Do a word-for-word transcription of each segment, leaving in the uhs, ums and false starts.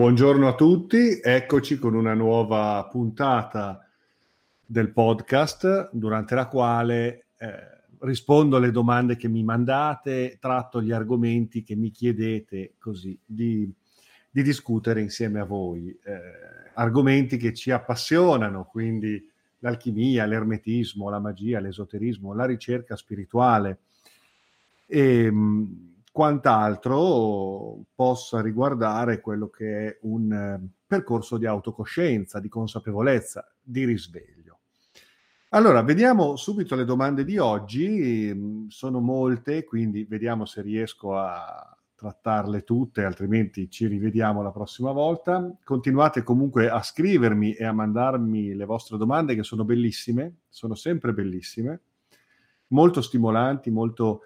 Buongiorno a tutti, eccoci con una nuova puntata del podcast durante la quale eh, rispondo alle domande che mi mandate, tratto gli argomenti che mi chiedete così di, di discutere insieme a voi. Eh, argomenti che ci appassionano, quindi l'alchimia, l'ermetismo, la magia, l'esoterismo, la ricerca spirituale e mh, quant'altro possa riguardare quello che è un eh, percorso di autocoscienza, di consapevolezza, di risveglio. Allora, vediamo subito le domande di oggi, mh, sono molte, quindi vediamo se riesco a trattarle tutte, altrimenti ci rivediamo la prossima volta. Continuate comunque a scrivermi e a mandarmi le vostre domande, che sono bellissime, sono sempre bellissime, molto stimolanti, molto,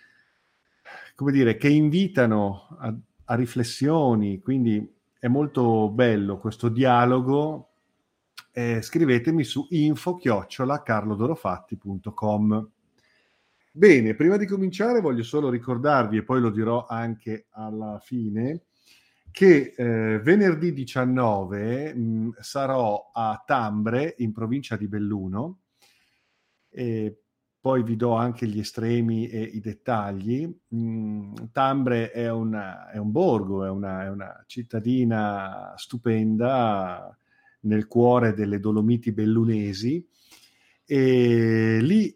come dire, che invitano a, a riflessioni, quindi è molto bello questo dialogo. Eh, scrivetemi su info chiocciola carlodorofatti punto com. Bene, prima di cominciare voglio solo ricordarvi, e poi lo dirò anche alla fine, che eh, venerdì diciannove mh, sarò a Tambre, in provincia di Belluno, e poi vi do anche gli estremi e i dettagli. Mm, Tambre è, una, è un borgo, è una, è una cittadina stupenda nel cuore delle Dolomiti bellunesi, e lì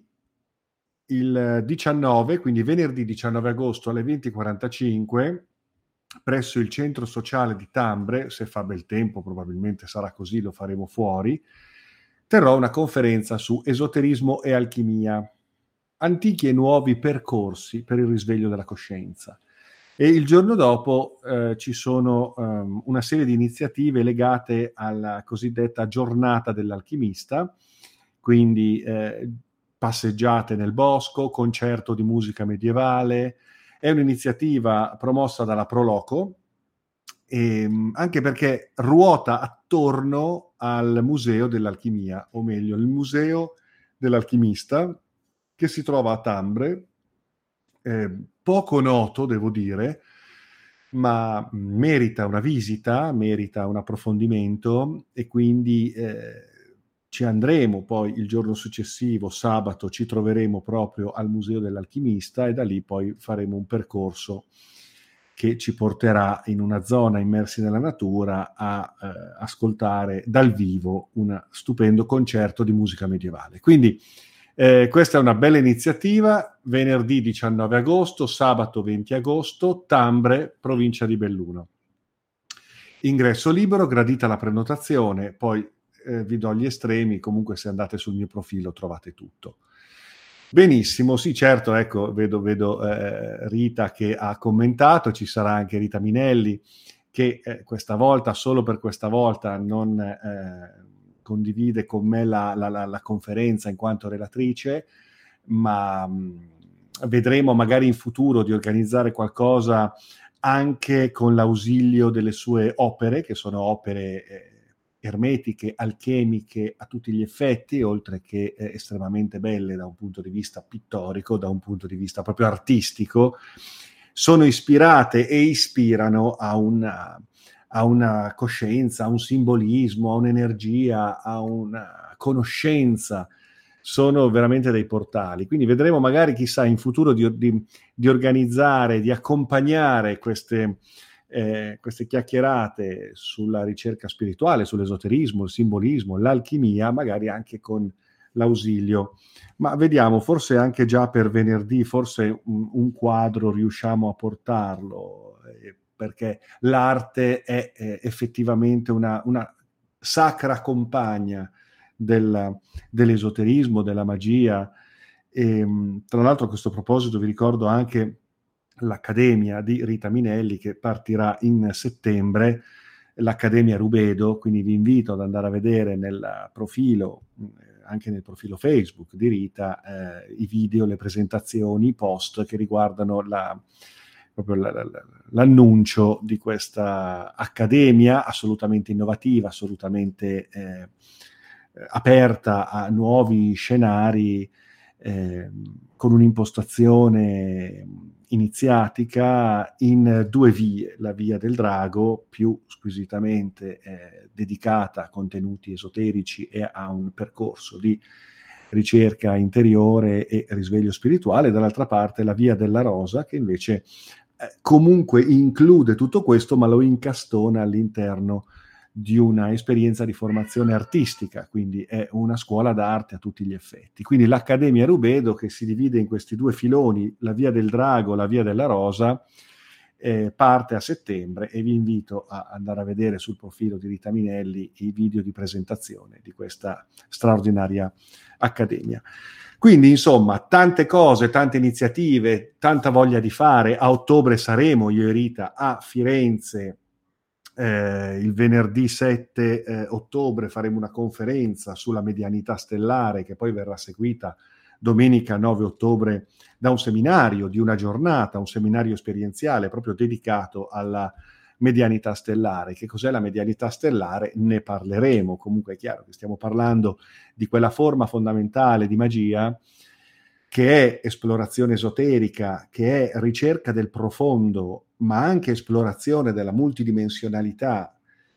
il diciannove, quindi venerdì diciannove agosto alle venti e quarantacinque, presso il centro sociale di Tambre, se fa bel tempo probabilmente sarà così, lo faremo fuori, terrò una conferenza su esoterismo e alchimia, antichi e nuovi percorsi per il risveglio della coscienza. E il giorno dopo eh, ci sono um, una serie di iniziative legate alla cosiddetta giornata dell'alchimista, quindi eh, passeggiate nel bosco, concerto di musica medievale. È un'iniziativa promossa dalla Proloco, e, anche perché ruota attorno al Museo dell'Alchimia, o meglio, il Museo dell'Alchimista, che si trova a Tambre, eh, poco noto, devo dire, ma merita una visita, merita un approfondimento, e quindi eh, ci andremo poi il giorno successivo, sabato, ci troveremo proprio al Museo dell'Alchimista, e da lì poi faremo un percorso che ci porterà in una zona immersi nella natura a eh, ascoltare dal vivo un stupendo concerto di musica medievale. Quindi eh, questa è una bella iniziativa, venerdì diciannove agosto, sabato venti agosto, Tambre, provincia di Belluno. Ingresso libero, gradita la prenotazione, poi eh, vi do gli estremi, comunque se andate sul mio profilo trovate tutto. Benissimo, sì, certo, ecco, vedo, vedo eh, Rita che ha commentato, ci sarà anche Rita Minelli che eh, questa volta, solo per questa volta, non eh, condivide con me la, la, la, la conferenza in quanto relatrice, ma mh, vedremo magari in futuro di organizzare qualcosa anche con l'ausilio delle sue opere, che sono opere eh, ermetiche, alchemiche a tutti gli effetti, oltre che eh, estremamente belle da un punto di vista pittorico, da un punto di vista proprio artistico. Sono ispirate e ispirano a una, a una coscienza, a un simbolismo, a un'energia, a una conoscenza. Sono veramente dei portali. Quindi vedremo magari, chissà, in futuro di, di, di organizzare, di accompagnare queste, eh, queste chiacchierate sulla ricerca spirituale, sull'esoterismo, il simbolismo, l'alchimia, magari anche con l'ausilio. Ma vediamo, forse anche già per venerdì, forse un, un quadro riusciamo a portarlo, eh, perché l'arte è, è effettivamente una, una sacra compagna del, dell'esoterismo, della magia. E, tra l'altro, a questo proposito vi ricordo anche l'Accademia di Rita Minelli che partirà in settembre, l'Accademia Rubedo, quindi vi invito ad andare a vedere nel profilo, anche nel profilo Facebook di Rita, eh, i video, le presentazioni, i post che riguardano la, proprio la, la, l'annuncio di questa accademia assolutamente innovativa, assolutamente eh, aperta a nuovi scenari, eh, con un'impostazione iniziatica in due vie: la via del drago, più squisitamente eh, dedicata a contenuti esoterici e a un percorso di ricerca interiore e risveglio spirituale, dall'altra parte la via della rosa, che invece eh, comunque include tutto questo, ma lo incastona all'interno di una esperienza di formazione artistica, quindi è una scuola d'arte a tutti gli effetti. Quindi l'Accademia Rubedo, che si divide in questi due filoni, la via del drago, la via della rosa, eh, parte a settembre, e vi invito a andare a vedere sul profilo di Rita Minelli i video di presentazione di questa straordinaria accademia. Quindi, insomma, tante cose, tante iniziative, tanta voglia di fare. A ottobre saremo, io e Rita, a Firenze. Eh, il venerdì sette eh, ottobre faremo una conferenza sulla medianità stellare, che poi verrà seguita domenica nove ottobre da un seminario di una giornata, un seminario esperienziale proprio dedicato alla medianità stellare. Che cos'è la medianità stellare? Ne parleremo. Comunque è chiaro che stiamo parlando di quella forma fondamentale di magia che è esplorazione esoterica, che è ricerca del profondo, ma anche esplorazione della multidimensionalità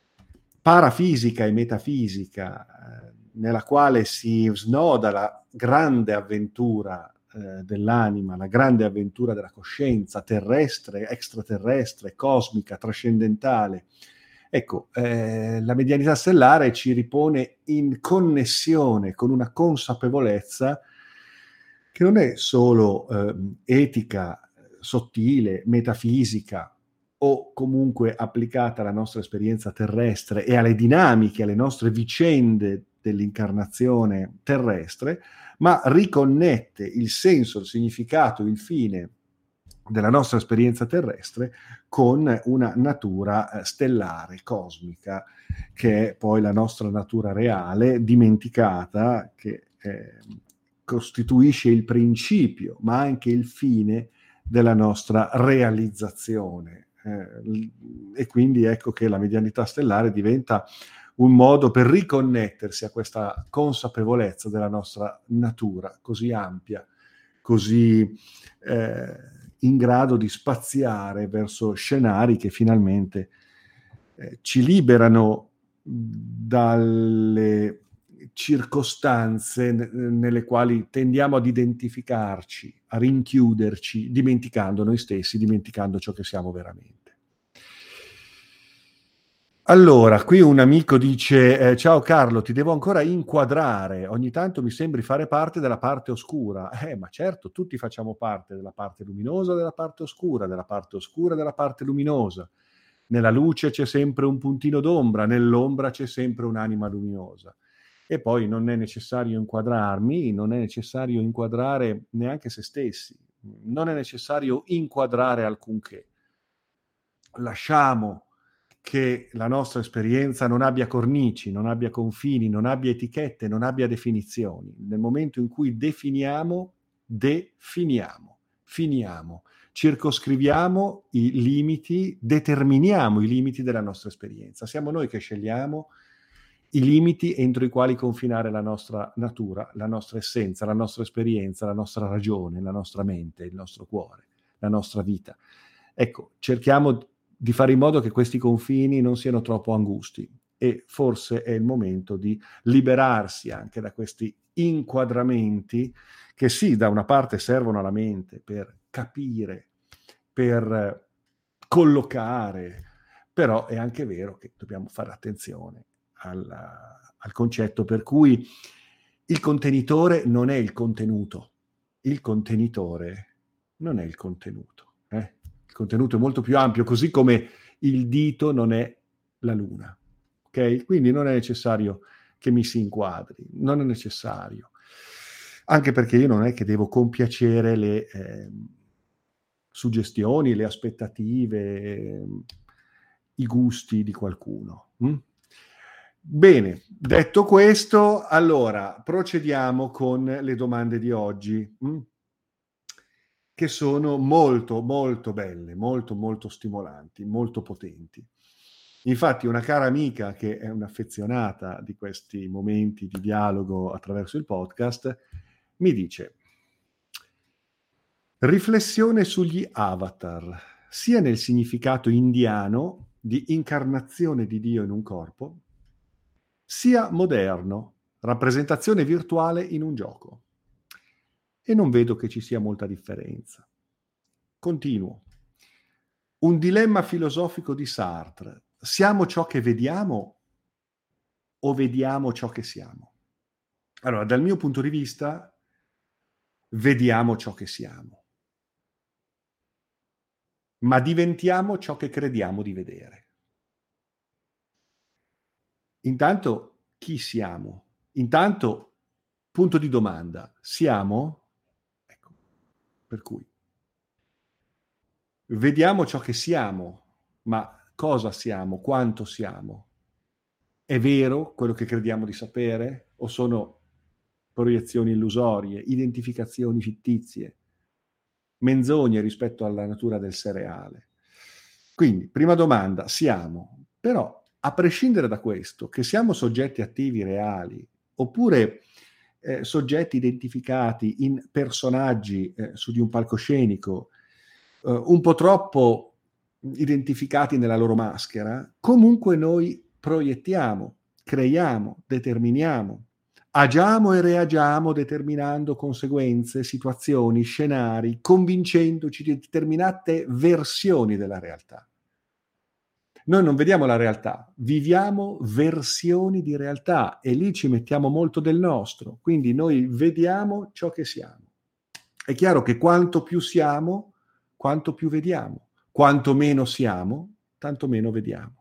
parafisica e metafisica, eh, nella quale si snoda la grande avventura eh, dell'anima, la grande avventura della coscienza terrestre, extraterrestre, cosmica, trascendentale. Ecco, eh, la medianità stellare ci ripone in connessione con una consapevolezza che non è solo eh, etica, sottile, metafisica, o comunque applicata alla nostra esperienza terrestre e alle dinamiche, alle nostre vicende dell'incarnazione terrestre, ma riconnette il senso, il significato, il fine della nostra esperienza terrestre con una natura eh, stellare, cosmica, che è poi la nostra natura reale, dimenticata, che eh, costituisce il principio, ma anche il fine della nostra realizzazione. Eh, e quindi ecco che la medianità stellare diventa un modo per riconnettersi a questa consapevolezza della nostra natura così ampia, così eh, in grado di spaziare verso scenari che finalmente eh, ci liberano dalle circostanze n- nelle quali tendiamo ad identificarci, a rinchiuderci, dimenticando noi stessi, dimenticando ciò che siamo veramente. Allora, qui un amico dice: eh, ciao Carlo, ti devo ancora inquadrare, ogni tanto mi sembri fare parte della parte oscura. Eh, ma certo, tutti facciamo parte della parte luminosa, della parte oscura, della parte oscura, della parte luminosa. Nella luce c'è sempre un puntino d'ombra, nell'ombra c'è sempre un'anima luminosa. E poi non è necessario inquadrarmi, non è necessario inquadrare neanche se stessi, non è necessario inquadrare alcunché. Lasciamo che la nostra esperienza non abbia cornici, non abbia confini, non abbia etichette, non abbia definizioni. Nel momento in cui definiamo, definiamo, finiamo, circoscriviamo i limiti, determiniamo i limiti della nostra esperienza. Siamo noi che scegliamo i limiti entro i quali confinare la nostra natura, la nostra essenza, la nostra esperienza, la nostra ragione, la nostra mente, il nostro cuore, la nostra vita. Ecco, cerchiamo di fare in modo che questi confini non siano troppo angusti, e forse è il momento di liberarsi anche da questi inquadramenti che sì, da una parte servono alla mente per capire, per collocare, però è anche vero che dobbiamo fare attenzione al, al concetto per cui il contenitore non è il contenuto, il contenitore non è il contenuto. Eh? Il contenuto è molto più ampio, così come il dito non è la luna. Okay? Quindi non è necessario che mi si inquadri, non è necessario. Anche perché io non è che devo compiacere le eh, suggestioni, le aspettative, eh, i gusti di qualcuno. Hm? Bene, detto questo, allora procediamo con le domande di oggi, hm? che sono molto, molto belle, molto, molto stimolanti, molto potenti. Infatti una cara amica che è un'affezionata di questi momenti di dialogo attraverso il podcast mi dice: Riflessione sugli avatar, sia nel significato indiano di incarnazione di Dio in un corpo, sia moderno, rappresentazione virtuale in un gioco. E non vedo che ci sia molta differenza. Continuo. Un dilemma filosofico di Sartre. Siamo ciò che vediamo o vediamo ciò che siamo? Allora, dal mio punto di vista, vediamo ciò che siamo, ma diventiamo ciò che crediamo di vedere. Intanto, chi siamo? Intanto, punto di domanda, siamo? Ecco, per cui, vediamo ciò che siamo, ma cosa siamo? Quanto siamo? È vero quello che crediamo di sapere? O sono proiezioni illusorie, identificazioni fittizie, menzogne rispetto alla natura del sé reale? Quindi, prima domanda, siamo. Però, a prescindere da questo, che siamo soggetti attivi reali, oppure eh, soggetti identificati in personaggi eh, su di un palcoscenico, eh, un po' troppo identificati nella loro maschera, comunque noi proiettiamo, creiamo, determiniamo, agiamo e reagiamo determinando conseguenze, situazioni, scenari, convincendoci di determinate versioni della realtà. Noi non vediamo la realtà, viviamo versioni di realtà e lì ci mettiamo molto del nostro, quindi noi vediamo ciò che siamo. È chiaro che quanto più siamo, quanto più vediamo, quanto meno siamo, tanto meno vediamo.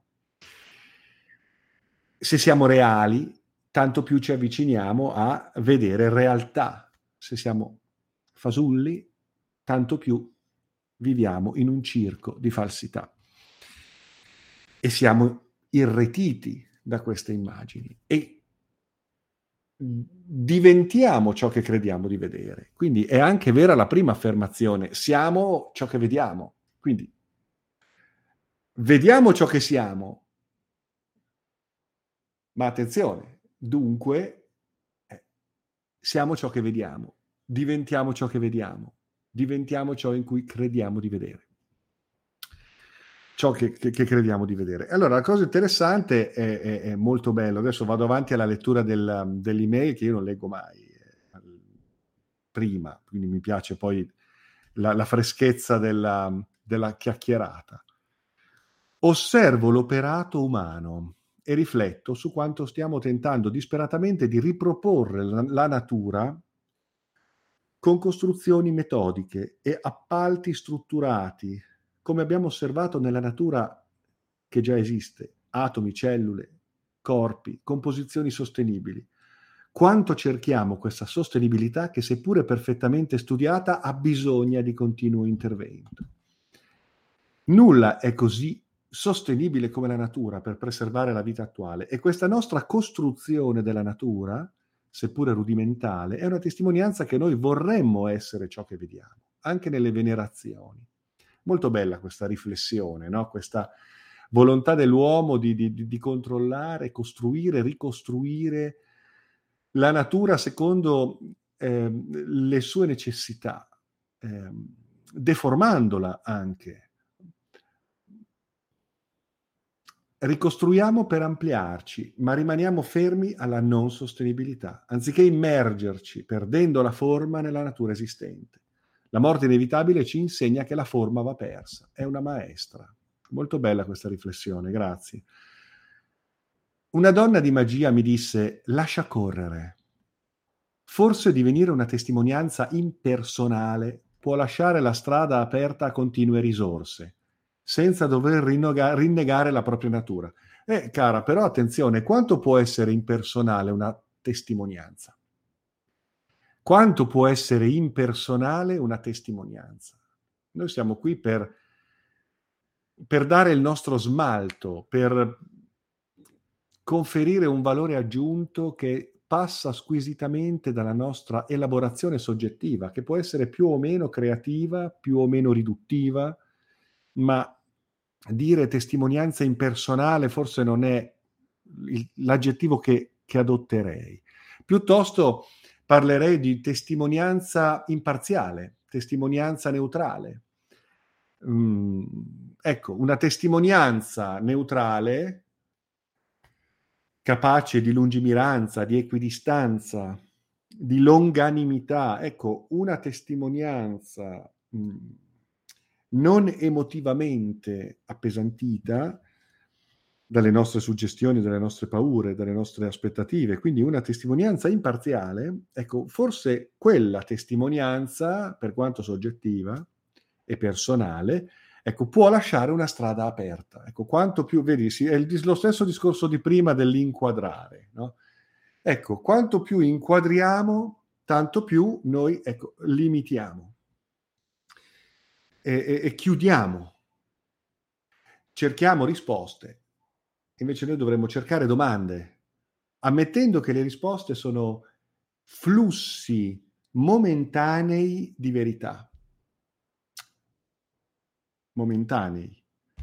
Se siamo reali, tanto più ci avviciniamo a vedere realtà. Se siamo fasulli, tanto più viviamo in un circo di falsità. E siamo irretiti da queste immagini e diventiamo ciò che crediamo di vedere. Quindi è anche vera la prima affermazione, siamo ciò che vediamo. Quindi vediamo ciò che siamo, ma attenzione, dunque eh, siamo ciò che vediamo, diventiamo ciò che vediamo, diventiamo ciò in cui crediamo di vedere. Ciò che, che, che crediamo di vedere. Allora, la cosa interessante è, è, è molto bello. Adesso vado avanti alla lettura del, dell'email che io non leggo mai eh, prima, quindi mi piace poi la, la freschezza della, della chiacchierata. Osservo l'operato umano e rifletto su quanto stiamo tentando disperatamente di riproporre la, la natura con costruzioni metodiche e appalti strutturati, come abbiamo osservato nella natura che già esiste, atomi, cellule, corpi, composizioni sostenibili. Quanto cerchiamo questa sostenibilità che, seppure perfettamente studiata, ha bisogno di continuo intervento. Nulla è così sostenibile come la natura per preservare la vita attuale e questa nostra costruzione della natura, seppure rudimentale, è una testimonianza che noi vorremmo essere ciò che vediamo, anche nelle venerazioni. Molto bella questa riflessione, no? Questa volontà dell'uomo di, di, di controllare, costruire, ricostruire la natura secondo eh, le sue necessità, eh, deformandola anche. Ricostruiamo per ampliarci, ma rimaniamo fermi alla non sostenibilità, anziché immergerci, perdendo la forma nella natura esistente. La morte inevitabile ci insegna che la forma va persa. È una maestra. Molto bella questa riflessione, grazie. Una donna di magia mi disse: lascia correre. Forse divenire una testimonianza impersonale può lasciare la strada aperta a continue risorse, senza dover rinnoga- rinnegare la propria natura. Eh, cara, però attenzione, quanto può essere impersonale una testimonianza? Quanto può essere impersonale una testimonianza? Noi siamo qui per, per dare il nostro smalto, per conferire un valore aggiunto che passa squisitamente dalla nostra elaborazione soggettiva, che può essere più o meno creativa, più o meno riduttiva, ma dire testimonianza impersonale forse non è il, l'aggettivo che, che adotterei. Piuttosto parlerei di testimonianza imparziale, testimonianza neutrale. Mm, ecco, una testimonianza neutrale, capace di lungimiranza, di equidistanza, di longanimità. Ecco, una testimonianza mh, non emotivamente appesantita dalle nostre suggestioni, dalle nostre paure, dalle nostre aspettative, quindi una testimonianza imparziale. Ecco, forse quella testimonianza, per quanto soggettiva e personale, ecco, può lasciare una strada aperta. Ecco, quanto più, vedi, sì, è il, lo stesso discorso di prima dell'inquadrare, no? Ecco, quanto più inquadriamo, tanto più noi, ecco, limitiamo e, e, e chiudiamo. Cerchiamo risposte. Invece noi dovremmo cercare domande, ammettendo che le risposte sono flussi momentanei di verità. Momentanei.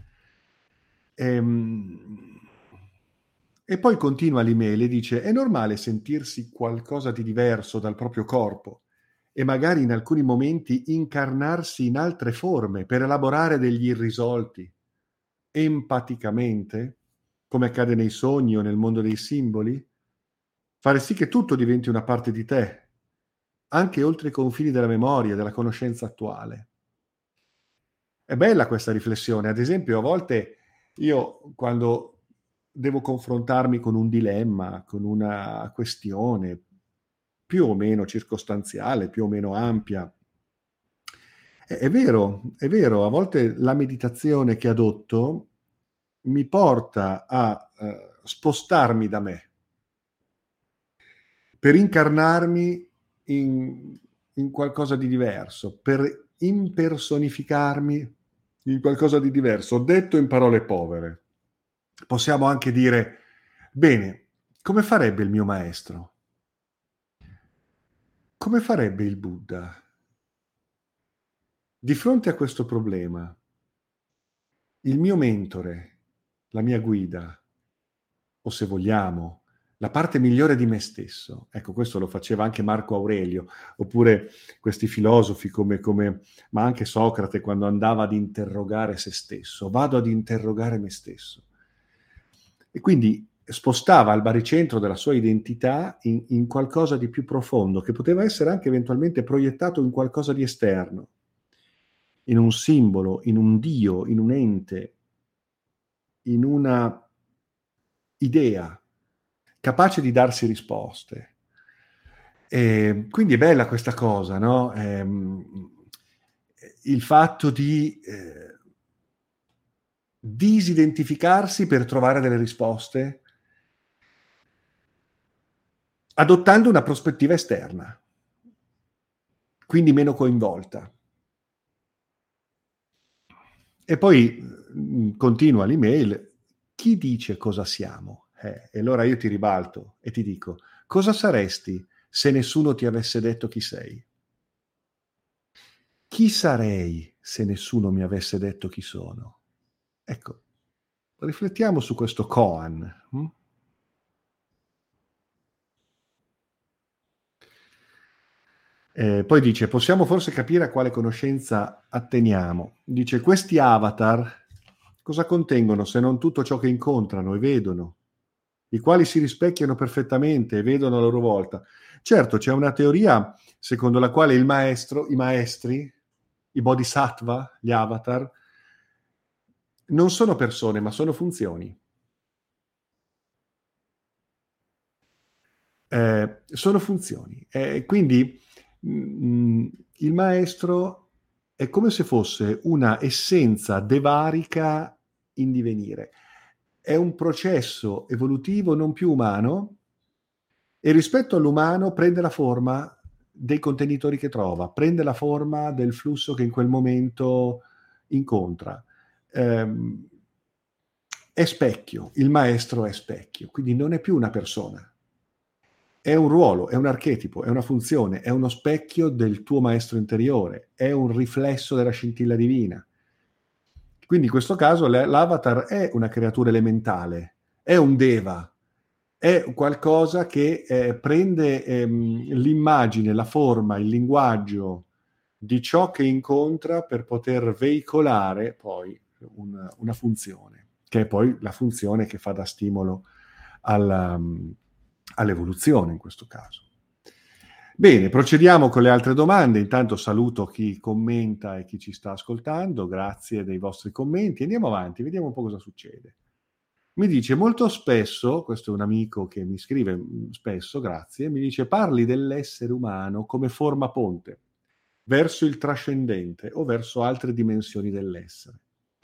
Ehm, e poi continua l'email e dice: è normale sentirsi qualcosa di diverso dal proprio corpo e magari in alcuni momenti incarnarsi in altre forme per elaborare degli irrisolti empaticamente, come accade nei sogni o nel mondo dei simboli, fare sì che tutto diventi una parte di te, anche oltre i confini della memoria, della conoscenza attuale. È bella questa riflessione. Ad esempio, a volte io, quando devo confrontarmi con un dilemma, con una questione più o meno circostanziale, più o meno ampia, è, è vero, è vero, a volte la meditazione che adotto mi porta a eh, spostarmi da me, per incarnarmi in, in qualcosa di diverso, per impersonificarmi in qualcosa di diverso. Detto in parole povere, possiamo anche dire: bene, come farebbe il mio maestro? Come farebbe il Buddha? Di fronte a questo problema, il mio mentore, la mia guida, o se vogliamo, la parte migliore di me stesso. Ecco, questo lo faceva anche Marco Aurelio, oppure questi filosofi come, come, ma anche Socrate, quando andava ad interrogare se stesso. Vado ad interrogare me stesso. E quindi spostava al baricentro della sua identità in, in qualcosa di più profondo, che poteva essere anche eventualmente proiettato in qualcosa di esterno, in un simbolo, in un Dio, in un ente, in una idea capace di darsi risposte. E quindi è bella questa cosa, no? Ehm, il fatto di eh, disidentificarsi per trovare delle risposte, adottando una prospettiva esterna, quindi meno coinvolta. E poi mh, continua l'email: chi dice cosa siamo? Eh, e allora io ti ribalto e ti dico: cosa saresti se nessuno ti avesse detto chi sei? Chi sarei se nessuno mi avesse detto chi sono? Ecco, riflettiamo su questo koan. Hm? Eh, poi dice: possiamo forse capire a quale conoscenza atteniamo. Dice: questi avatar cosa contengono se non tutto ciò che incontrano e vedono, i quali si rispecchiano perfettamente e vedono a loro volta. Certo, c'è una teoria secondo la quale il maestro, i maestri, i bodhisattva, gli avatar, non sono persone, ma sono funzioni. Eh, sono funzioni. Eh, quindi mh, il maestro è come se fosse una essenza devarica in divenire. È un processo evolutivo non più umano, e rispetto all'umano prende la forma dei contenitori che trova, prende la forma del flusso che in quel momento incontra. Ehm, è specchio, il maestro è specchio, quindi non è più una persona. È un ruolo, è un archetipo, è una funzione, è uno specchio del tuo maestro interiore, è un riflesso della scintilla divina. Quindi in questo caso l'avatar è una creatura elementale, è un deva, è qualcosa che eh, prende ehm, l'immagine, la forma, il linguaggio di ciò che incontra per poter veicolare poi una, una funzione, che è poi la funzione che fa da stimolo alla, all'evoluzione in questo caso. Bene, procediamo con le altre domande. Intanto saluto chi commenta e chi ci sta ascoltando, grazie dei vostri commenti. Andiamo avanti, vediamo un po' cosa succede. Mi dice molto spesso, questo è un amico che mi scrive spesso, grazie, mi dice parli dell'essere umano come forma ponte verso il trascendente o verso altre dimensioni dell'essere.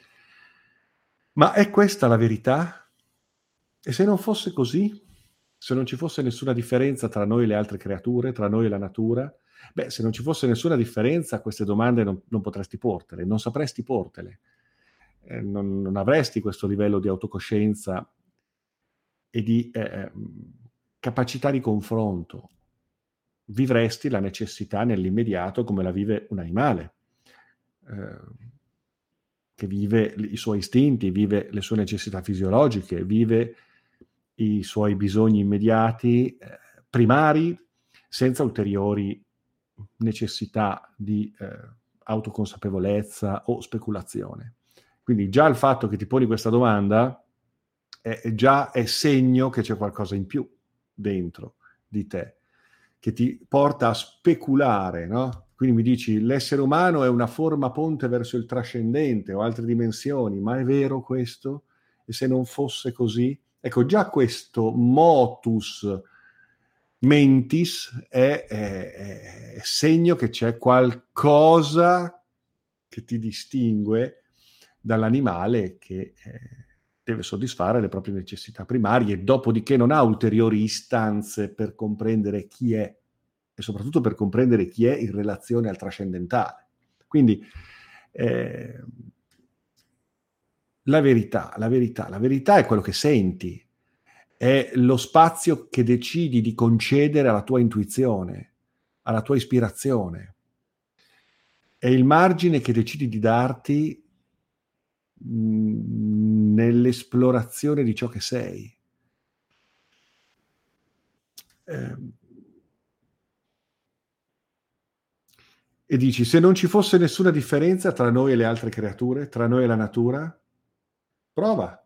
Ma è questa la verità? E se non fosse così? Se non ci fosse nessuna differenza tra noi e le altre creature, tra noi e la natura? Beh, se non ci fosse nessuna differenza, queste domande non, non potresti portele, non sapresti portele. Eh, non, non avresti questo livello di autocoscienza e di eh, capacità di confronto. Vivresti la necessità nell'immediato come la vive un animale, eh, che vive i suoi istinti, vive le sue necessità fisiologiche, vive i suoi bisogni immediati, eh, primari, senza ulteriori necessità di eh, autoconsapevolezza o speculazione. Quindi già il fatto che ti poni questa domanda è, è già è segno che c'è qualcosa in più dentro di te, che ti porta a speculare, no? Quindi mi dici, l'essere umano è una forma ponte verso il trascendente o altre dimensioni, ma è vero questo? E se non fosse così? Ecco, già questo motus mentis è, è, è segno che c'è qualcosa che ti distingue dall'animale che eh, deve soddisfare le proprie necessità primarie, dopodiché non ha ulteriori istanze per comprendere chi è e soprattutto per comprendere chi è in relazione al trascendentale. Quindi eh, la verità, la verità, la verità è quello che senti, è lo spazio che decidi di concedere alla tua intuizione, alla tua ispirazione, è il margine che decidi di darti mh, nell'esplorazione di ciò che sei. Eh, e dici, se non ci fosse nessuna differenza tra noi e le altre creature, tra noi e la natura, prova.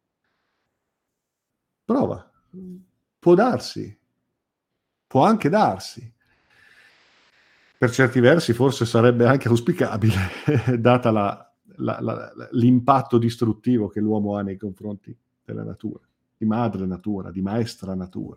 Prova. Può darsi. Può anche darsi. Per certi versi forse sarebbe anche auspicabile, data la, la, la, l'impatto distruttivo che l'uomo ha nei confronti della natura, di madre natura, di maestra natura.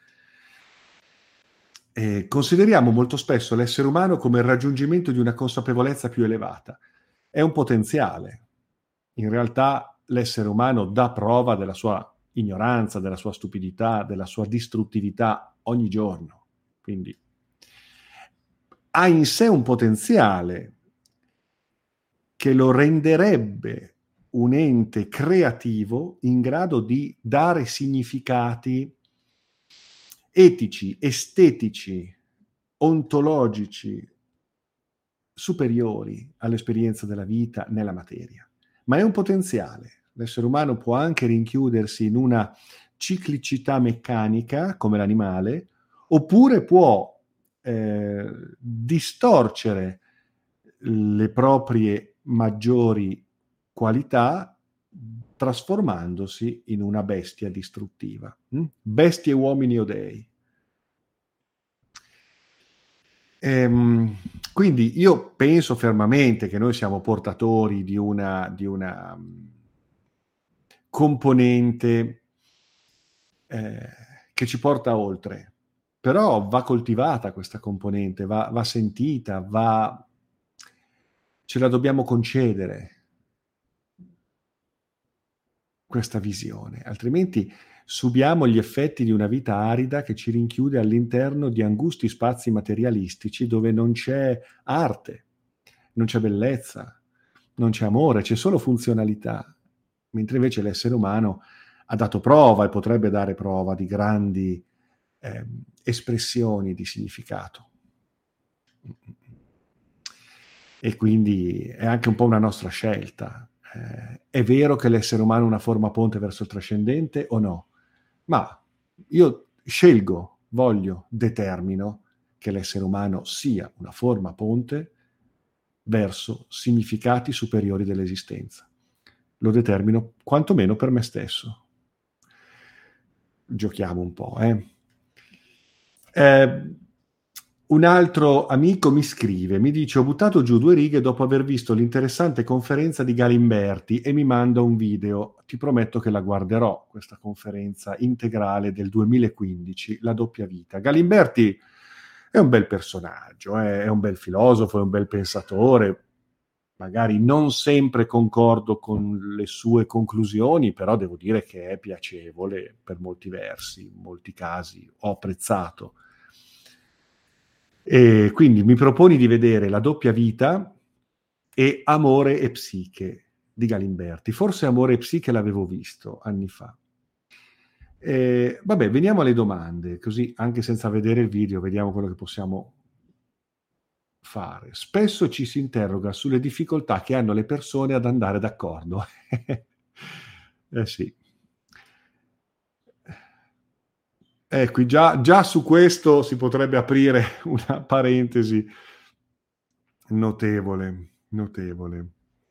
E consideriamo molto spesso l'essere umano come il raggiungimento di una consapevolezza più elevata. È un potenziale. In realtà l'essere umano dà prova della sua ignoranza, della sua stupidità, della sua distruttività ogni giorno. Quindi ha in sé un potenziale che lo renderebbe un ente creativo in grado di dare significati etici, estetici, ontologici superiori all'esperienza della vita nella materia. Ma è un potenziale. L'essere umano può anche rinchiudersi in una ciclicità meccanica, come l'animale, oppure può eh, distorcere le proprie maggiori qualità trasformandosi in una bestia distruttiva. Mm? Bestie, uomini o dei. Ehm, quindi io penso fermamente che noi siamo portatori di una, di una componente eh, che ci porta oltre, però va coltivata questa componente, va, va sentita, va, ce la dobbiamo concedere questa visione, altrimenti subiamo gli effetti di una vita arida che ci rinchiude all'interno di angusti spazi materialistici dove non c'è arte, non c'è bellezza, non c'è amore, c'è solo funzionalità, mentre invece l'essere umano ha dato prova e potrebbe dare prova di grandi eh, espressioni di significato. E quindi è anche un po' una nostra scelta. Eh, è vero che l'essere umano è una forma ponte verso il trascendente o no? Ma io scelgo, voglio, determino che l'essere umano sia una forma ponte verso significati superiori dell'esistenza. Lo determino quantomeno per me stesso. Giochiamo un po', eh. Eh, un altro amico mi scrive, mi dice: ho buttato giù due righe dopo aver visto l'interessante conferenza di Galimberti e mi manda un video. Ti prometto che la guarderò, questa conferenza integrale del duemilaquindici, La doppia vita. Galimberti è un bel personaggio, eh? È un bel filosofo, è un bel pensatore. Magari non sempre concordo con le sue conclusioni, però devo dire che è piacevole per molti versi, in molti casi ho apprezzato. E quindi mi proponi di vedere La doppia vita e Amore e psiche di Galimberti. Forse Amore e psiche l'avevo visto anni fa. E, vabbè, veniamo alle domande, così anche senza vedere il video vediamo quello che possiamo fare. Spesso ci si interroga sulle difficoltà che hanno le persone ad andare d'accordo. Eh sì. Ecco, già, già su questo si potrebbe aprire una parentesi notevole, notevole.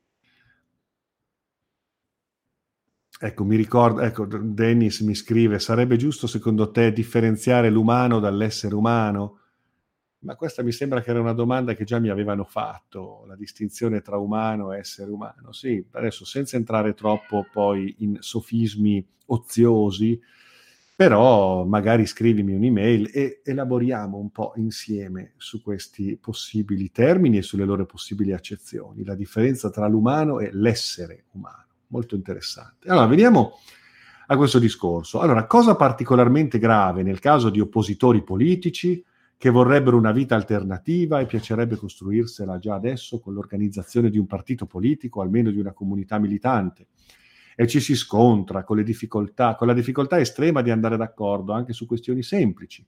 Ecco, mi ricordo, ecco, Dennis mi scrive: sarebbe giusto secondo te differenziare l'umano dall'essere umano? Ma questa mi sembra che era una domanda che già mi avevano fatto, la distinzione tra umano e essere umano. Sì, adesso senza entrare troppo poi in sofismi oziosi, però magari scrivimi un'email e elaboriamo un po' insieme su questi possibili termini e sulle loro possibili accezioni, la differenza tra l'umano e l'essere umano. Molto interessante. Allora, veniamo a questo discorso. Allora, cosa particolarmente grave nel caso di oppositori politici che vorrebbero una vita alternativa e piacerebbe costruirsela già adesso con l'organizzazione di un partito politico, almeno di una comunità militante, e ci si scontra con le difficoltà, con la difficoltà estrema di andare d'accordo anche su questioni semplici,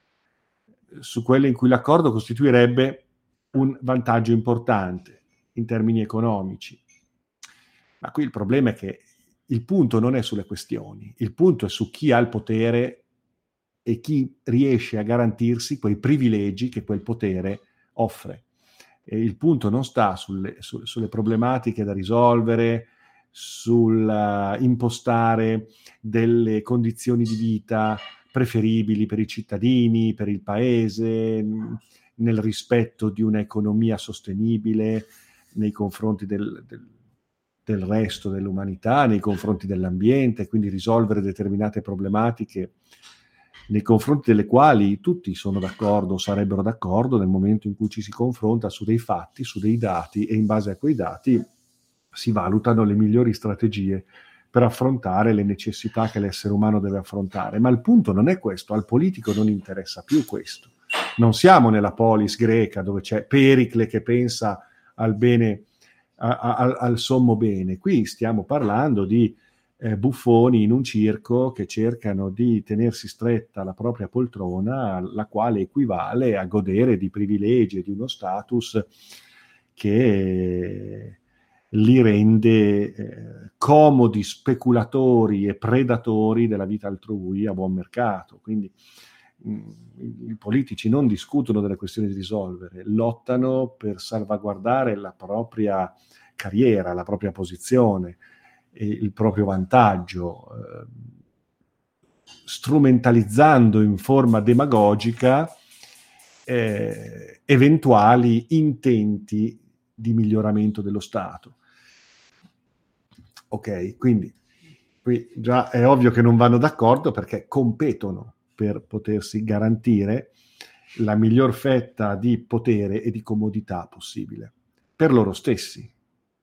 su quelle in cui l'accordo costituirebbe un vantaggio importante in termini economici. Ma qui il problema è che il punto non è sulle questioni, il punto è su chi ha il potere e chi riesce a garantirsi quei privilegi che quel potere offre. E il punto non sta sulle, su, sulle problematiche da risolvere, sul uh, impostare delle condizioni di vita preferibili per i cittadini, per il paese, nel rispetto di un'economia sostenibile nei confronti del, del, del resto dell'umanità, nei confronti dell'ambiente, quindi risolvere determinate problematiche nei confronti delle quali tutti sono d'accordo o sarebbero d'accordo nel momento in cui ci si confronta su dei fatti, su dei dati, e in base a quei dati si valutano le migliori strategie per affrontare le necessità che l'essere umano deve affrontare. Ma il punto non è questo, al politico non interessa più questo. Non siamo nella polis greca dove c'è Pericle che pensa al bene, a, a, al sommo bene. Qui stiamo parlando di Eh, buffoni in un circo che cercano di tenersi stretta la propria poltrona, la quale equivale a godere di privilegi e di uno status che li rende eh, comodi speculatori e predatori della vita altrui a buon mercato. Quindi mh, i politici non discutono delle questioni da risolvere, lottano per salvaguardare la propria carriera, la propria posizione, il proprio vantaggio, eh, strumentalizzando in forma demagogica eh, eventuali intenti di miglioramento dello Stato. Ok, quindi qui già è ovvio che non vanno d'accordo perché competono per potersi garantire la miglior fetta di potere e di comodità possibile per loro stessi,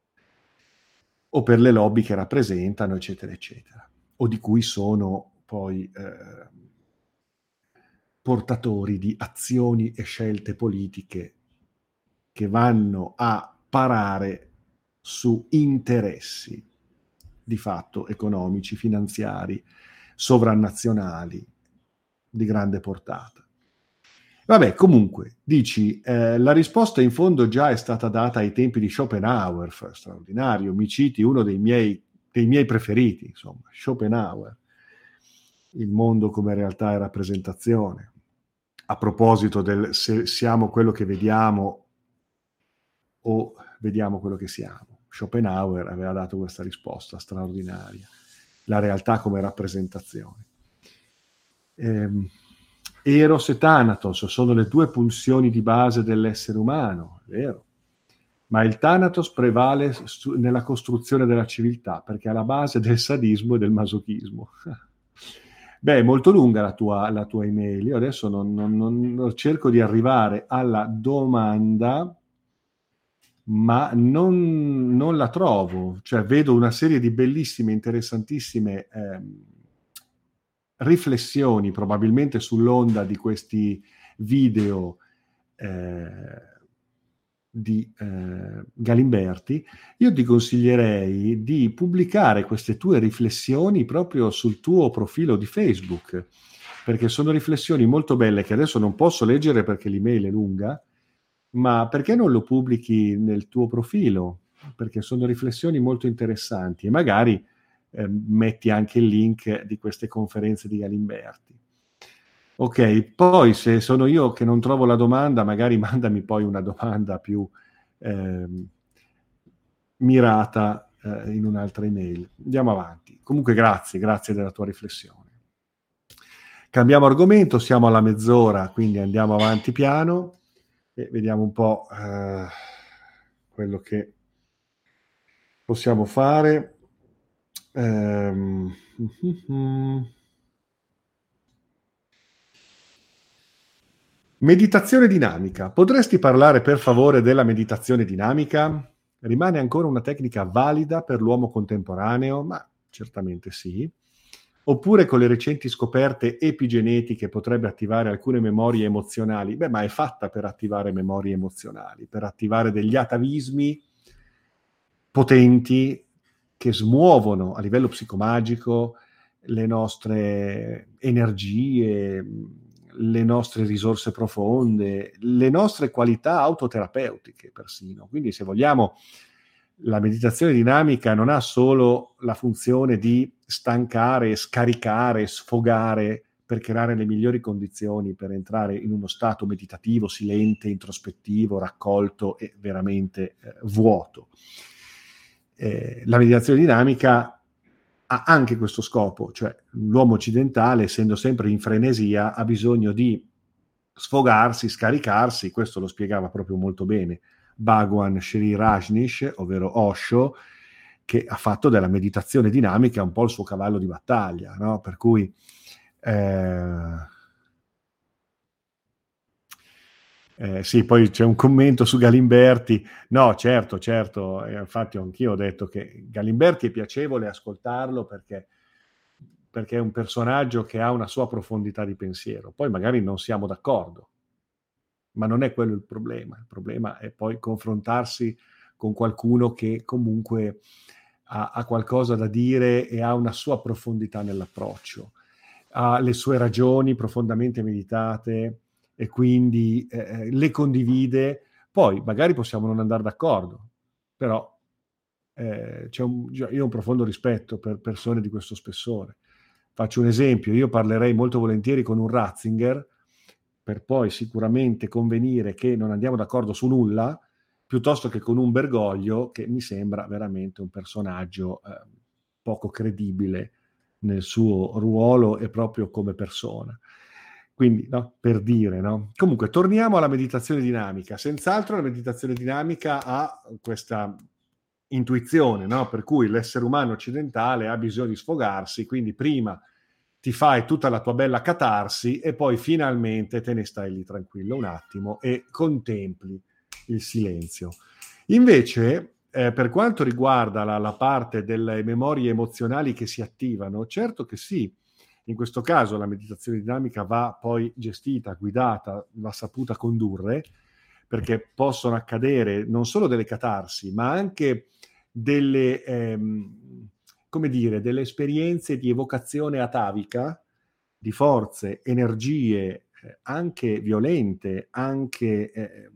o per le lobby che rappresentano, eccetera, eccetera, o di cui sono poi eh, portatori di azioni e scelte politiche che vanno a parare su interessi di fatto economici, finanziari, sovranazionali di grande portata. Vabbè, comunque, dici, eh, la risposta in fondo già è stata data ai tempi di Schopenhauer, straordinario, mi citi uno dei miei, dei miei preferiti, insomma, Schopenhauer, il mondo come realtà e rappresentazione. A proposito del se siamo quello che vediamo o vediamo quello che siamo. Schopenhauer aveva dato questa risposta straordinaria, la realtà come rappresentazione. Ehm, Eros e Thanatos sono le due pulsioni di base dell'essere umano, è vero, ma il Thanatos prevale su, nella costruzione della civiltà, perché è alla base del sadismo e del masochismo. Beh, è molto lunga la tua, la tua email, io adesso non, non, non cerco di arrivare alla domanda, ma non, non la trovo, cioè vedo una serie di bellissime, interessantissime ehm, riflessioni, probabilmente sull'onda di questi video eh, di eh, Galimberti. Io ti consiglierei di pubblicare queste tue riflessioni proprio sul tuo profilo di Facebook, perché sono riflessioni molto belle che adesso non posso leggere perché l'email è lunga, ma perché non lo pubblichi nel tuo profilo? Perché sono riflessioni molto interessanti e magari eh, metti anche il link di queste conferenze di Galimberti. Ok, poi se sono io che non trovo la domanda, magari mandami poi una domanda più eh, mirata eh, in un'altra email. Andiamo avanti. Comunque grazie, grazie della tua riflessione. Cambiamo argomento, siamo alla mezz'ora, quindi andiamo avanti piano e vediamo un po' eh, quello che possiamo fare. Um, mm-hmm. Meditazione dinamica. Potresti parlare per favore della meditazione dinamica? Rimane ancora una tecnica valida per l'uomo contemporaneo? Ma certamente sì. Oppure con le recenti scoperte epigenetiche potrebbe attivare alcune memorie emozionali? Beh, ma è fatta per attivare memorie emozionali, per attivare degli atavismi potenti che smuovono a livello psicomagico le nostre energie, le nostre risorse profonde, le nostre qualità autoterapeutiche persino. Quindi se vogliamo, la meditazione dinamica non ha solo la funzione di stancare, scaricare, sfogare per creare le migliori condizioni per entrare in uno stato meditativo, silente, introspettivo, raccolto e veramente eh, vuoto. Eh, la meditazione dinamica ha anche questo scopo, cioè l'uomo occidentale, essendo sempre in frenesia, ha bisogno di sfogarsi, scaricarsi, questo lo spiegava proprio molto bene Bhagwan Sri Rajneesh, ovvero Osho, che ha fatto della meditazione dinamica un po' il suo cavallo di battaglia, no? Per cui eh, Eh, sì, poi c'è un commento su Galimberti. No, certo, certo, eh, infatti anch'io ho detto che Galimberti è piacevole ascoltarlo perché, perché è un personaggio che ha una sua profondità di pensiero. Poi magari non siamo d'accordo, ma non è quello il problema. Il problema è poi confrontarsi con qualcuno che comunque ha, ha qualcosa da dire e ha una sua profondità nell'approccio, ha le sue ragioni profondamente meditate e quindi eh, le condivide. Poi magari possiamo non andare d'accordo, però eh, c'è un, io ho un profondo rispetto per persone di questo spessore. Faccio un esempio, io parlerei molto volentieri con un Ratzinger per poi sicuramente convenire che non andiamo d'accordo su nulla, piuttosto che con un Bergoglio che mi sembra veramente un personaggio eh, poco credibile nel suo ruolo e proprio come persona. Quindi, no, per dire, no? Comunque, torniamo alla meditazione dinamica. Senz'altro la meditazione dinamica ha questa intuizione, no? Per cui l'essere umano occidentale ha bisogno di sfogarsi, quindi prima ti fai tutta la tua bella catarsi e poi finalmente te ne stai lì tranquillo un attimo e contempli il silenzio. Invece, eh, per quanto riguarda la, la parte delle memorie emozionali che si attivano, certo che sì, in questo caso la meditazione dinamica va poi gestita, guidata, va saputa condurre, perché possono accadere non solo delle catarsi, ma anche delle, ehm, come dire, delle esperienze di evocazione atavica, di forze, energie, eh, anche violente, anche eh,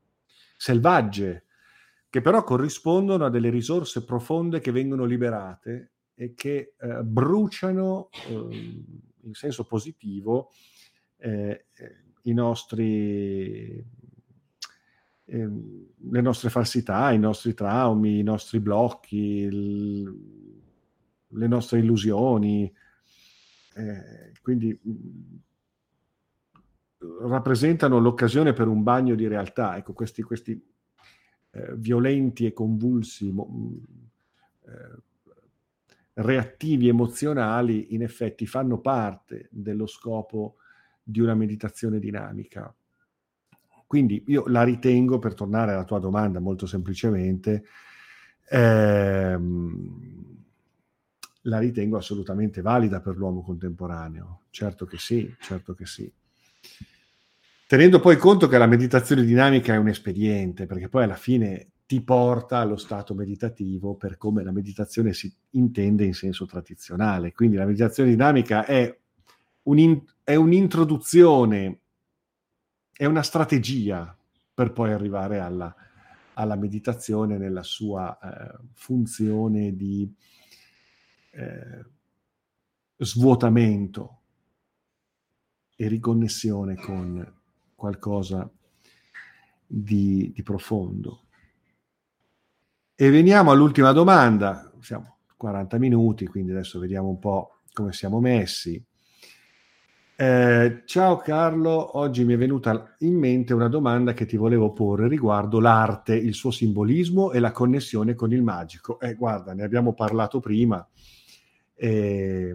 selvagge, che però corrispondono a delle risorse profonde che vengono liberate e che eh, bruciano eh, in senso positivo eh, i nostri eh, le nostre falsità, i nostri traumi, i nostri blocchi, il, le nostre illusioni. Eh, quindi mh, rappresentano l'occasione per un bagno di realtà. Ecco, questi, questi eh, violenti e convulsi mo, eh, reattivi emozionali in effetti fanno parte dello scopo di una meditazione dinamica. Quindi io la ritengo, per tornare alla tua domanda molto semplicemente, ehm, la ritengo assolutamente valida per l'uomo contemporaneo. Certo che sì, certo che sì. Tenendo poi conto che la meditazione dinamica è un espediente, perché poi alla fine ti porta allo stato meditativo per come la meditazione si intende in senso tradizionale. Quindi la meditazione dinamica è, un, è un'introduzione, è una strategia per poi arrivare alla, alla meditazione nella sua eh, funzione di eh, svuotamento e riconnessione con qualcosa di, di profondo. E veniamo all'ultima domanda. Siamo quaranta minuti, quindi adesso vediamo un po' come siamo messi. Eh, ciao Carlo, oggi mi è venuta in mente una domanda che ti volevo porre riguardo l'arte, il suo simbolismo e la connessione con il magico. Eh, guarda, ne abbiamo parlato prima, eh,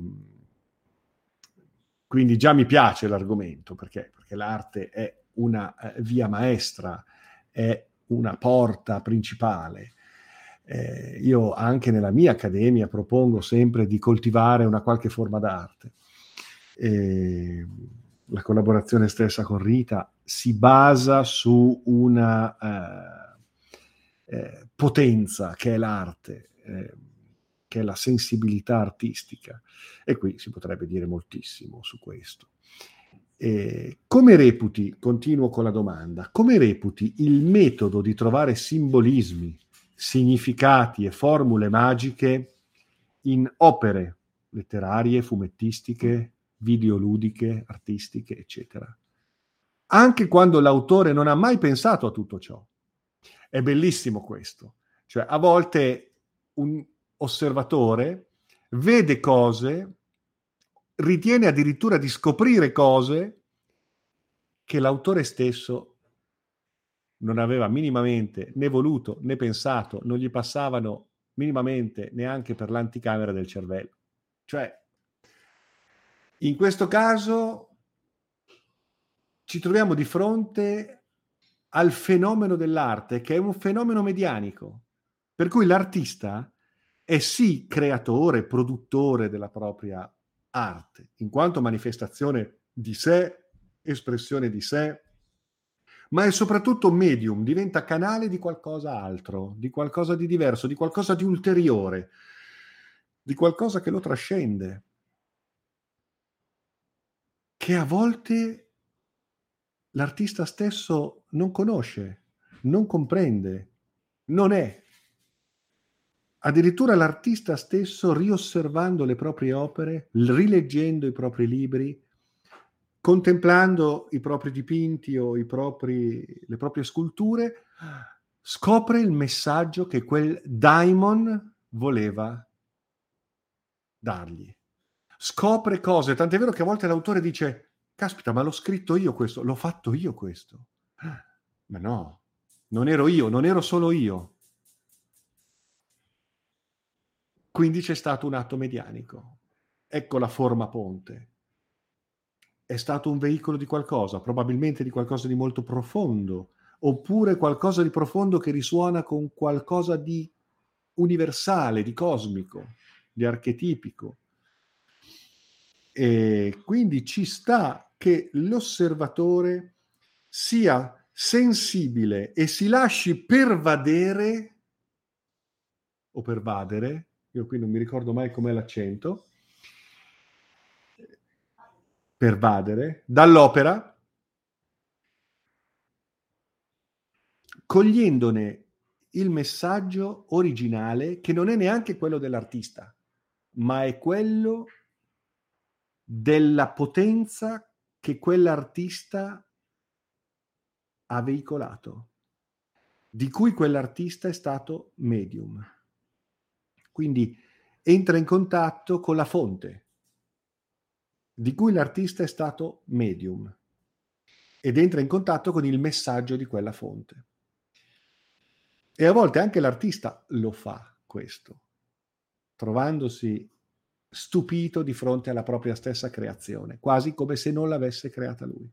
quindi già mi piace l'argomento, perché, perché l'arte è una eh, via maestra, è una porta principale. Eh, io anche nella mia accademia propongo sempre di coltivare una qualche forma d'arte. Eh, la collaborazione stessa con Rita si basa su una eh, eh, potenza che è l'arte, eh, che è la sensibilità artistica, e qui si potrebbe dire moltissimo su questo. Eh, come reputi, continuo con la domanda, come reputi il metodo di trovare simbolismi, significati e formule magiche in opere letterarie, fumettistiche, videoludiche, artistiche, eccetera, anche quando l'autore non ha mai pensato a tutto ciò? È bellissimo questo. Cioè, a volte un osservatore vede cose, ritiene addirittura di scoprire cose che l'autore stesso non aveva minimamente né voluto né pensato, non gli passavano minimamente neanche per l'anticamera del cervello. Cioè, in questo caso ci troviamo di fronte al fenomeno dell'arte, che è un fenomeno medianico, per cui l'artista è sì creatore, produttore della propria arte, in quanto manifestazione di sé, espressione di sé, ma è soprattutto medium, diventa canale di qualcosa altro, di qualcosa di diverso, di qualcosa di ulteriore, di qualcosa che lo trascende, che a volte l'artista stesso non conosce, non comprende, non è. Addirittura l'artista stesso, riosservando le proprie opere, rileggendo i propri libri, contemplando i propri dipinti o i propri, le proprie sculture, scopre il messaggio che quel daimon voleva dargli. Scopre cose, tant'è vero che a volte l'autore dice: caspita, ma l'ho scritto io questo, l'ho fatto io questo. Ma no, non ero io, non ero solo io. Quindi c'è stato un atto medianico. Ecco la forma ponte. È stato un veicolo di qualcosa, probabilmente di qualcosa di molto profondo, oppure qualcosa di profondo che risuona con qualcosa di universale, di cosmico, di archetipico. E quindi ci sta che l'osservatore sia sensibile e si lasci pervadere o pervadere, io qui non mi ricordo mai com'è l'accento, pervadere dall'opera, cogliendone il messaggio originale, che non è neanche quello dell'artista, ma è quello della potenza che quell'artista ha veicolato. di cui quell'artista è stato medium. Quindi entra in contatto con la fonte, di cui l'artista è stato medium, ed entra in contatto con il messaggio di quella fonte. E a volte anche l'artista lo fa questo, trovandosi stupito di fronte alla propria stessa creazione, quasi come se non l'avesse creata lui.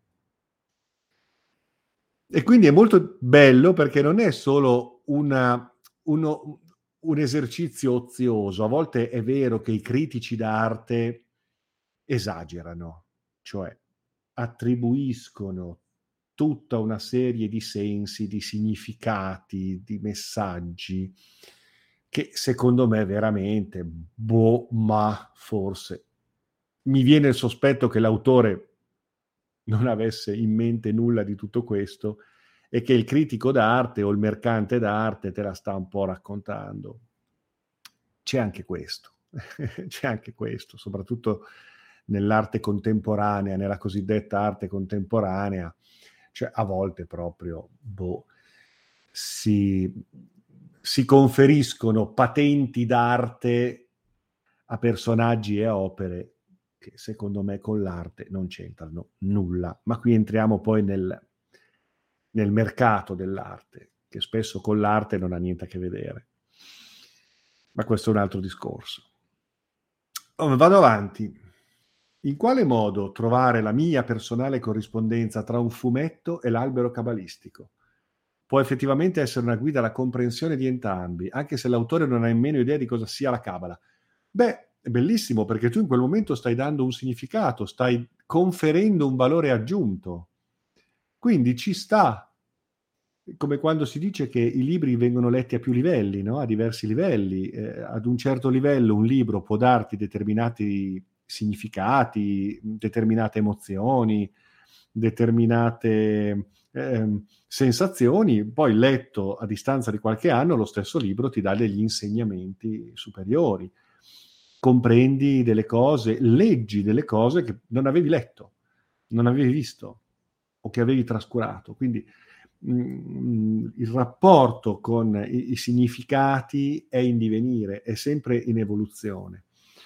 E quindi è molto bello perché non è solo una, uno, un esercizio ozioso. A volte è vero che i critici d'arte esagerano, cioè attribuiscono tutta una serie di sensi, di significati, di messaggi che secondo me veramente, boh, ma forse. Mi viene il sospetto che l'autore non avesse in mente nulla di tutto questo e che il critico d'arte o il mercante d'arte te la sta un po' raccontando. C'è anche questo, c'è anche questo, soprattutto nell'arte contemporanea, nella cosiddetta arte contemporanea, cioè a volte proprio boh, si, si conferiscono patenti d'arte a personaggi e opere che secondo me con l'arte non c'entrano nulla. Ma qui entriamo poi nel, nel mercato dell'arte, che spesso con l'arte non ha niente a che vedere. Ma questo è un altro discorso. Oh, vado avanti. In quale modo trovare la mia personale corrispondenza tra un fumetto e l'albero cabalistico? Può effettivamente essere una guida alla comprensione di entrambi, anche se l'autore non ha nemmeno idea di cosa sia la cabala. Beh, è bellissimo perché tu in quel momento stai dando un significato, stai conferendo un valore aggiunto. Quindi ci sta, come quando si dice che i libri vengono letti a più livelli, no? A diversi livelli. Eh, ad un certo livello un libro può darti determinati significati, determinate emozioni, determinate eh, sensazioni, poi letto a distanza di qualche anno lo stesso libro ti dà degli insegnamenti superiori. Comprendi delle cose, leggi delle cose che non avevi letto, non avevi visto o che avevi trascurato. Quindi mh, il rapporto con i, i significati è in divenire, è sempre in evoluzione.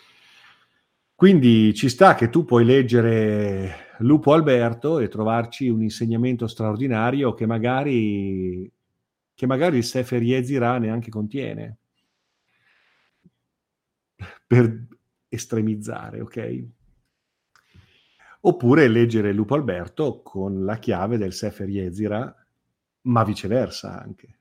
Quindi ci sta che tu puoi leggere Lupo Alberto e trovarci un insegnamento straordinario che magari, che magari il Sefer Yetzirah neanche contiene, per estremizzare, ok? Oppure leggere Lupo Alberto con la chiave del Sefer Yetzirah, ma viceversa anche.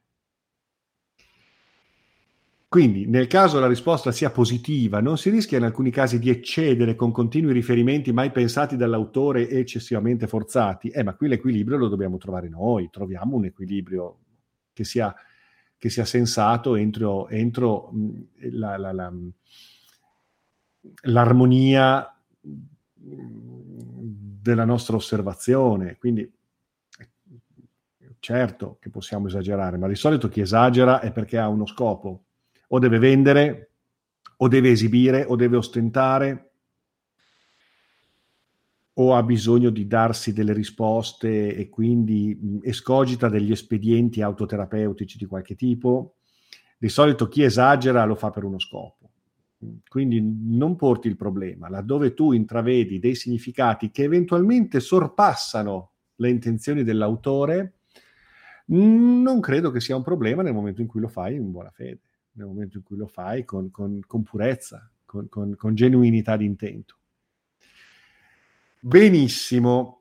Quindi, nel caso la risposta sia positiva, non si rischia in alcuni casi di eccedere con continui riferimenti mai pensati dall'autore e eccessivamente forzati? Eh, ma qui l'equilibrio lo dobbiamo trovare noi, troviamo un equilibrio che sia, che sia sensato entro, entro mh, la, la, la, l'armonia della nostra osservazione. Quindi certo che possiamo esagerare, ma di solito chi esagera è perché ha uno scopo. O deve vendere, o deve esibire, o deve ostentare, o ha bisogno di darsi delle risposte e quindi mh, escogita degli espedienti autoterapeutici di qualche tipo. Di solito chi esagera lo fa per uno scopo. Quindi non porti il problema. Laddove tu intravedi dei significati che eventualmente sorpassano le intenzioni dell'autore, non credo che sia un problema nel momento in cui lo fai in buona fede, nel momento in cui lo fai con, con, con purezza, con, con, con genuinità di intento. Benissimo.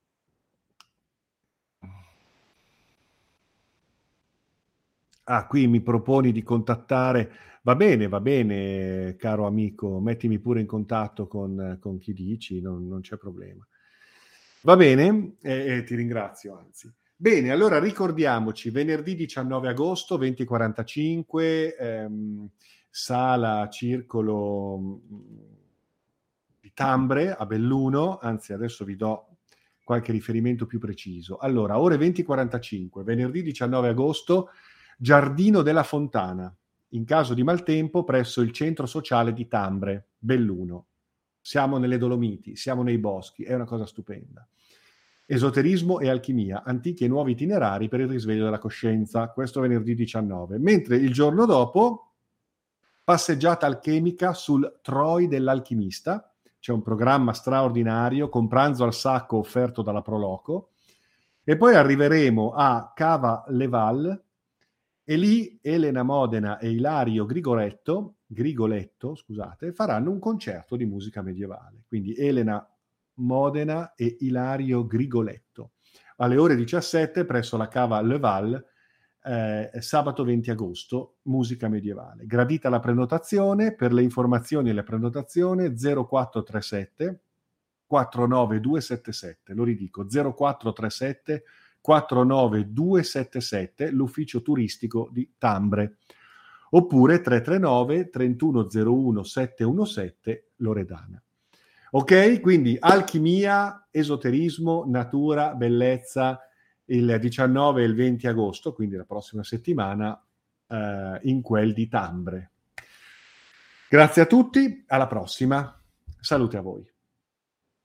Ah, qui mi proponi di contattare. Va bene, va bene, caro amico, mettimi pure in contatto con, con chi dici, non, non c'è problema. Va bene, e eh, ti ringrazio, anzi. Bene, allora ricordiamoci, venerdì diciannove agosto, venti e quarantacinque, ehm, sala Circolo di Tambre a Belluno, anzi adesso vi do qualche riferimento più preciso. Allora, ore venti e quarantacinque, venerdì diciannove agosto, Giardino della Fontana, in caso di maltempo presso il centro sociale di Tambre, Belluno. Siamo nelle Dolomiti, siamo nei boschi, è una cosa stupenda. Esoterismo e alchimia, antichi e nuovi itinerari per il risveglio della coscienza, questo venerdì diciannove. Mentre il giorno dopo, passeggiata alchemica sul Troi dell'alchimista, c'è un programma straordinario con pranzo al sacco offerto dalla Proloco, e poi arriveremo a Cava Leval, e lì Elena Modena e Ilario Grigoletto, Grigoletto, scusate, faranno un concerto di musica medievale. Quindi Elena Modena e Ilario Grigoletto. Alle ore diciassette presso la Cava Leval, eh, sabato venti agosto, musica medievale. Gradita la prenotazione, per le informazioni e la prenotazione zero quattro tre sette quattro nove due sette sette, lo ridico, zero quattro tre sette quattro nove due sette sette, l'ufficio turistico di Tambre, oppure tre tre nove trentuno zero uno settecentodiciassette Loredana. Ok, quindi alchimia, esoterismo, natura, bellezza, il diciannove e il venti agosto, quindi la prossima settimana, eh, in quel di Tambre. Grazie a tutti, alla prossima, salute a voi.